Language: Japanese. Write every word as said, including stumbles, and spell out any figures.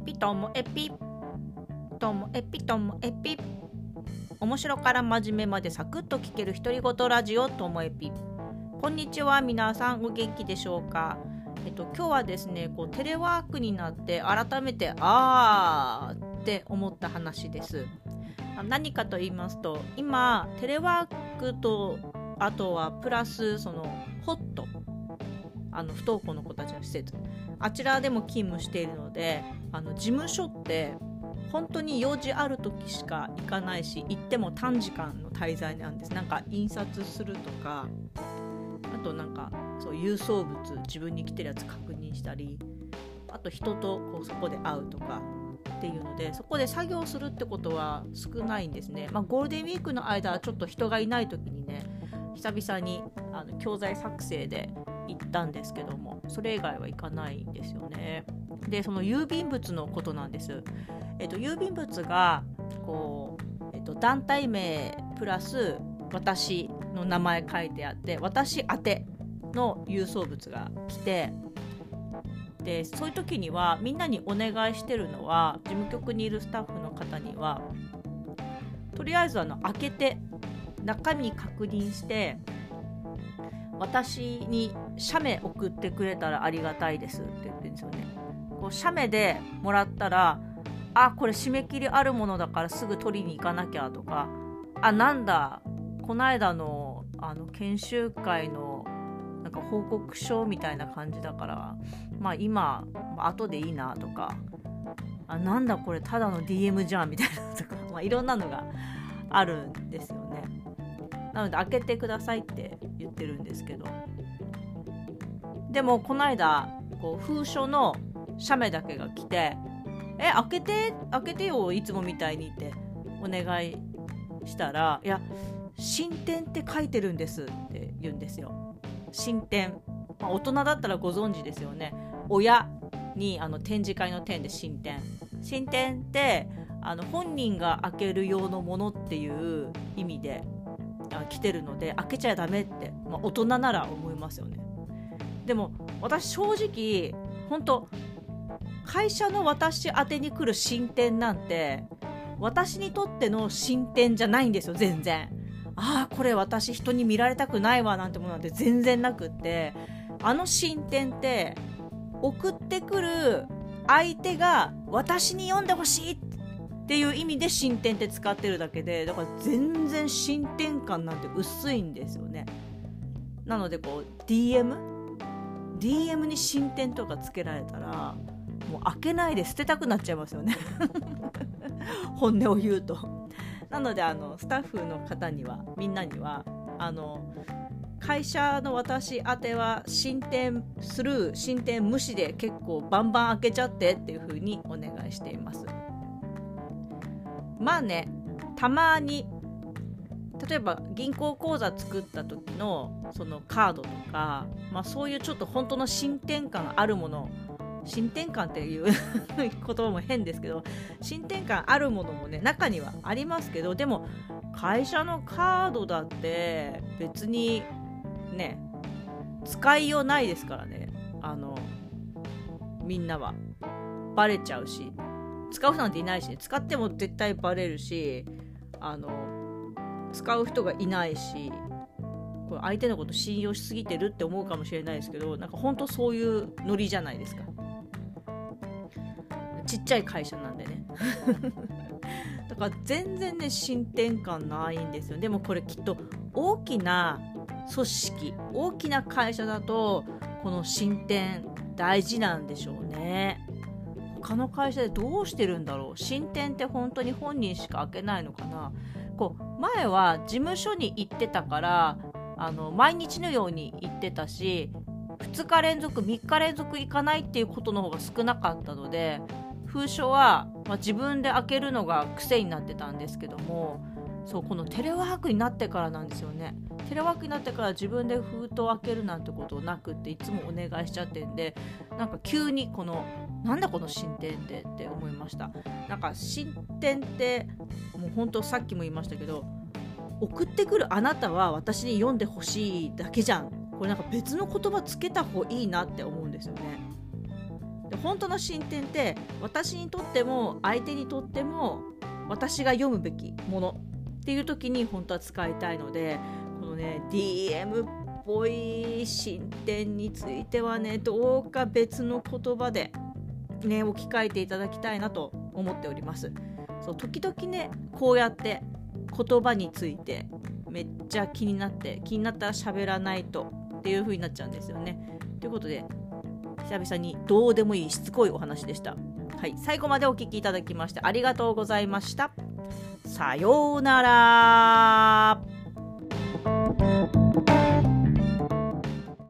ピともエピともエピともエピ、面白から真面目までサクッと聞ける独り言ラジオともエピ。こんにちは、皆さんお元気でしょうか。えっと今日はですね、こうテレワークになって改めてあーって思った話です。何かと言いますと、今テレワークとあとはプラスそのホット、あの不登校の子たちの施設、あちらでも勤務しているので、あの事務所って本当に用事ある時しか行かないし、行っても短時間の滞在なんです。なんか印刷するとか、あとなんかそう郵送物自分に来てるやつ確認したり、あと人とこうそこで会うとかっていうので、そこで作業するってことは少ないんですね。まあ、ゴールデンウィークの間はちょっと人がいない時にね、久々にあの教材作成で行ったんですけども、それ以外は行かないんですよね。で、その郵便物のことなんです。えっと、郵便物がこう、えっと、団体名プラス私の名前書いてあって、私宛ての郵送物が来て、でそういう時にはみんなにお願いしてるのは、事務局にいるスタッフの方にはとりあえずあの開けて中身確認して、私に写メ送ってくれたらありがたいですって言ってるんですよね。こう写メでもらったら、あ、これ締め切りあるものだからすぐ取りに行かなきゃとか、あ、なんだこの間のあの研修会のなんか報告書みたいな感じだから、まあ今後でいいなとか、あ、なんだこれただの ディーエム じゃんみたいなとか、まあ、いろんなのがあるんですよね。なので開けてくださいって言ってるんですけど、でもこの間こう封書の写メだけが来て、え開けて開けてよいつもみたいにってお願いしたら、いや進展って書いてるんですって言うんですよ。進展、まあ、大人だったらご存知ですよね。親にあの展示会の展で進展、進展ってあの本人が開ける用のものっていう意味で来てるので、開けちゃダメって、まあ、大人なら思いますよね。でも私正直本当会社の私宛てに来る進展なんて私にとっての進展じゃないんですよ、全然。ああこれ私人に見られたくないわなんてものなんて全然なくって、あの進展って送ってくる相手が私に読んでほしいっていう意味で進展って使ってるだけで、だから全然進展感なんて薄いんですよね。なのでこう ディーエム ディーエム に進展とかつけられたらもう開けないで捨てたくなっちゃいますよね本音を言うと。なのであのスタッフの方には、みんなにはあの会社の私宛ては進展する進展無視で結構バンバン開けちゃってっていう風にお願いしています。まあね、たまに例えば銀行口座作った時のそのカードとか、まあ、そういうちょっと本当の進展感あるもの、進展感っていう言葉も変ですけど、進展感あるものもね中にはありますけど、でも会社のカードだって別にね使いようないですからね。あのみんなはバレちゃうし、使う人なんていないし、ね、使っても絶対バレるし、あの使う人がいないし、これ相手のこと信用しすぎてるって思うかもしれないですけど、なんか本当そういうノリじゃないですか。ちっちゃい会社なんでねだから全然ね進展感ないんですよ。でもこれきっと大きな組織、大きな会社だとこの進展大事なんでしょうね。他の会社でどうしてるんだろう。進展って本当に本人しか開けないのかな。こう前は事務所に行ってたからあの毎日のように行ってたし、ふつか連続みっか連続行かないっていうことの方が少なかったので、封書は、まあ、自分で開けるのが癖になってたんですけども、そうこのテレワークになってからなんですよね。テレワークになってから自分で封筒を開けるなんてことなくって、いつもお願いしちゃってんで、なんか急にこのなんだこの進展ってって思いました。なんか進展ってもう本当さっきも言いましたけど、送ってくるあなたは私に読んでほしいだけじゃん。これなんか別の言葉つけた方がいいなって思うんですよね。 で本当の進展って私にとっても相手にとっても私が読むべきものっていう時に本当は使いたいので、このね ディーエム っぽい進展についてはね、どうか別の言葉でね置き換えていただきたいなと思っております。そう時々ねこうやって言葉についてめっちゃ気になって気になったら喋らないとっていう風になっちゃうんですよね。ということで久々にどうでもいいしつこいお話でした。はい、最後までお聞きいただきましてありがとうございました。さようなら。